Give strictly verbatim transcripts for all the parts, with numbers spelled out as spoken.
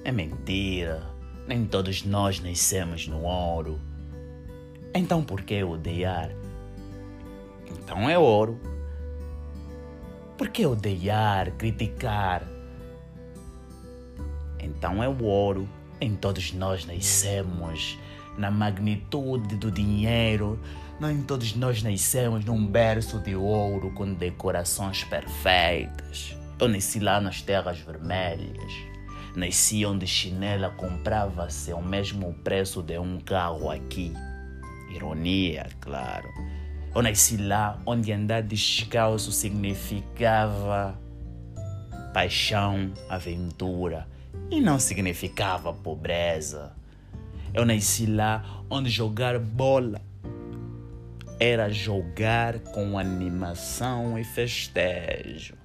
É mentira. Nem todos nós nascemos no ouro. Então por que odiar? Então é ouro. Por que odiar, criticar? Então é o ouro. Nem todos nós nascemos na magnitude do dinheiro. Nem todos nós nascemos num berço de ouro com decorações perfeitas. Eu nasci lá nas terras vermelhas. Nasci onde chinela comprava-se ao mesmo preço de um carro aqui. Ironia, claro. Eu nasci lá onde andar descalço significava paixão, aventura e não significava pobreza. Eu nasci lá onde jogar bola era jogar com animação e festejo.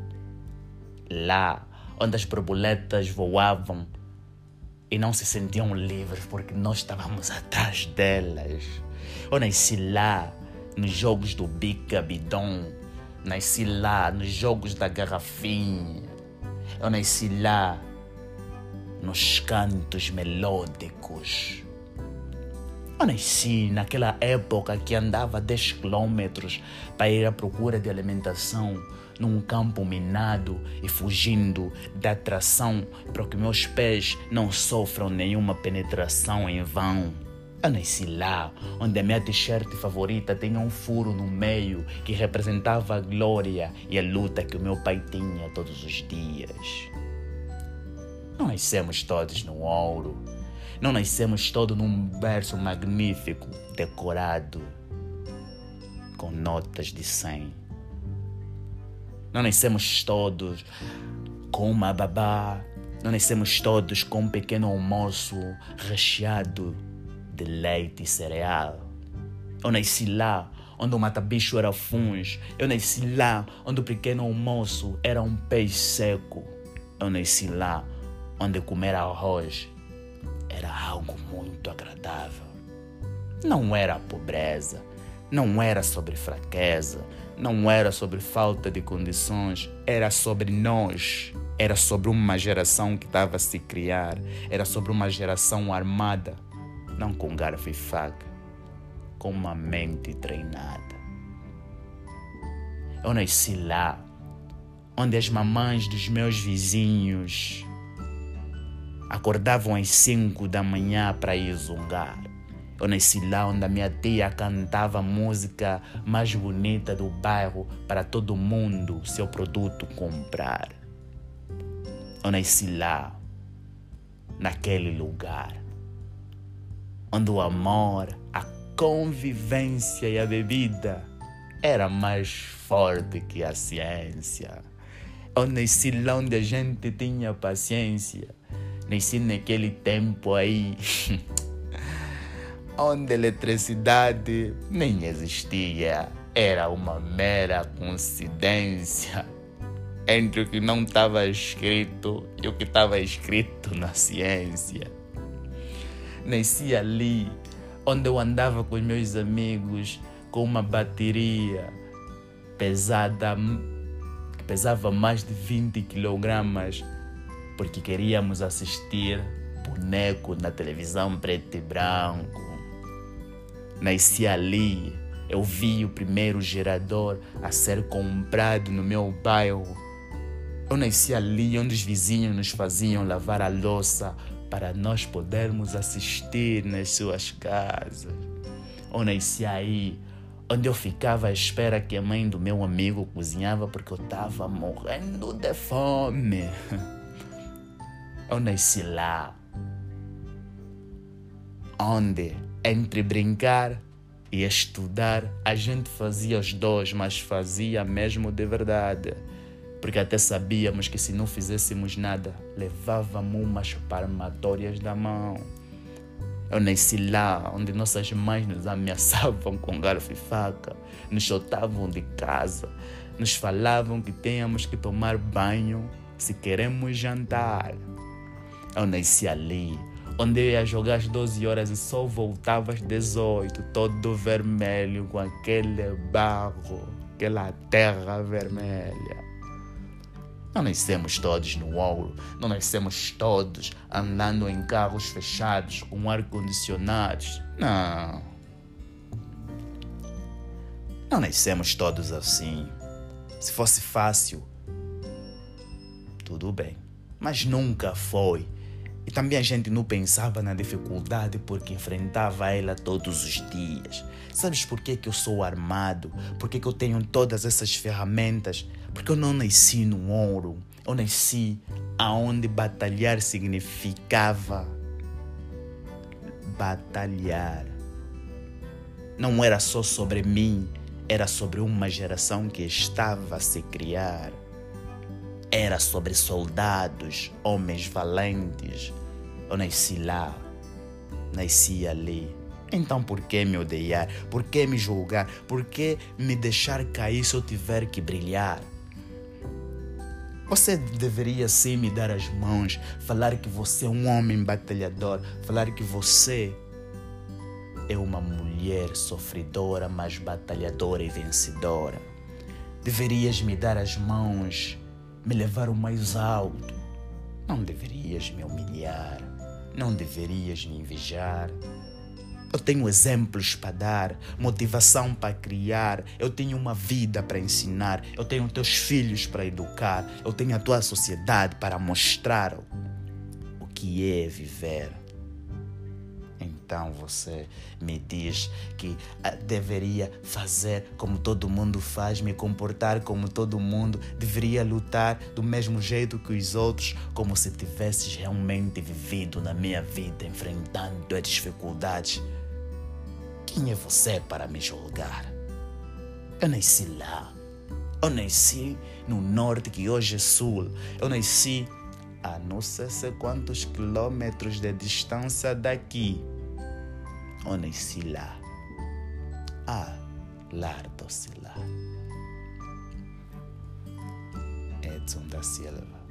Lá onde as borboletas voavam e não se sentiam livres porque nós estávamos atrás delas. Eu nasci lá nos jogos do bica bidon. Nasci lá nos jogos da garrafinha. Eu nasci lá nos cantos melódicos. Eu nasci naquela época que andava dez quilômetros para ir à procura de alimentação num campo minado e fugindo da atração para que meus pés não sofram nenhuma penetração em vão. Eu nasci lá onde a minha t-shirt favorita tinha um furo no meio que representava a glória e a luta que o meu pai tinha todos os dias. Não nascemos todos no ouro. Não nascemos todos num berço magnífico, decorado com notas de cem. Não nascemos todos com uma babá. Não nascemos todos com um pequeno almoço recheado de leite e cereal. Eu nasci lá onde o mata-bicho era funs. Eu nasci lá onde o pequeno almoço era um peixe seco. Eu nasci lá onde comer arroz era algo muito agradável. Não era pobreza, não era sobre fraqueza, não era sobre falta de condições, era sobre nós. Era sobre uma geração que estava a se criar, era sobre uma geração armada, não com garfo e faca, com uma mente treinada. Eu nasci lá, onde as mamães dos meus vizinhos acordavam às cinco da manhã para ir zungar. Eu nasci lá onde a minha tia cantava a música mais bonita do bairro para todo mundo seu produto comprar. Eu nasci lá, naquele lugar, onde o amor, a convivência e a bebida era mais forte que a ciência. Eu nasci lá onde a gente tinha paciência. Nasci naquele tempo aí onde a eletricidade nem existia. Era uma mera coincidência entre o que não estava escrito e o que estava escrito na ciência. Nasci ali onde eu andava com os meus amigos com uma bateria pesada, que pesava mais de vinte quilogramas, porque queríamos assistir boneco na televisão preto e branco. Nasci ali, eu vi o primeiro gerador a ser comprado no meu bairro. Eu nasci ali onde os vizinhos nos faziam lavar a louça para nós podermos assistir nas suas casas. Eu nasci aí onde eu ficava à espera que a mãe do meu amigo cozinhava porque eu estava morrendo de fome. Eu nasci lá, onde entre brincar e estudar a gente fazia os dois, mas fazia mesmo de verdade. Porque até sabíamos que se não fizéssemos nada, levávamos umas palmatórias da mão. Eu nasci lá onde nossas mães nos ameaçavam com garfo e faca, nos soltavam de casa, nos falavam que tínhamos que tomar banho se queremos jantar. Eu nasci ali, onde eu ia jogar às doze horas e só voltava às dezoito, todo vermelho, com aquele barro, aquela terra vermelha. Não nascemos todos no ouro, não nascemos todos andando em carros fechados com ar-condicionados. Não. Não nascemos todos assim. Se fosse fácil, tudo bem. Mas nunca foi. E também a gente não pensava na dificuldade porque enfrentava ela todos os dias. Sabes por que que eu sou armado? Por que que eu tenho todas essas ferramentas? Porque eu não nasci no ouro. Eu nasci aonde batalhar significava batalhar. Não era só sobre mim, era sobre uma geração que estava a se criar. Era sobre soldados, homens valentes. Eu nasci lá, nasci ali. Então por que me odiar? Por que me julgar? Por que me deixar cair se eu tiver que brilhar? Você deveria sim me dar as mãos, falar que você é um homem batalhador, falar que você é uma mulher sofredora, mas batalhadora e vencedora. Deverias me dar as mãos, me levar o mais alto. Não deverias me humilhar, não deverias me invejar. Eu tenho exemplos para dar, motivação para criar, eu tenho uma vida para ensinar, eu tenho teus filhos para educar, eu tenho a tua sociedade para mostrar o que é viver. Então você me diz que deveria fazer como todo mundo faz, me comportar como todo mundo, deveria lutar do mesmo jeito que os outros, como se tivesses realmente vivido na minha vida, enfrentando as dificuldades. Quem é você para me julgar? Eu nasci lá. Eu nasci no norte, que hoje é sul. Eu nasci a não sei quantos quilômetros de distância daqui. Eu nasci lá. Ah, Lardo-se lá. Edson da Silva.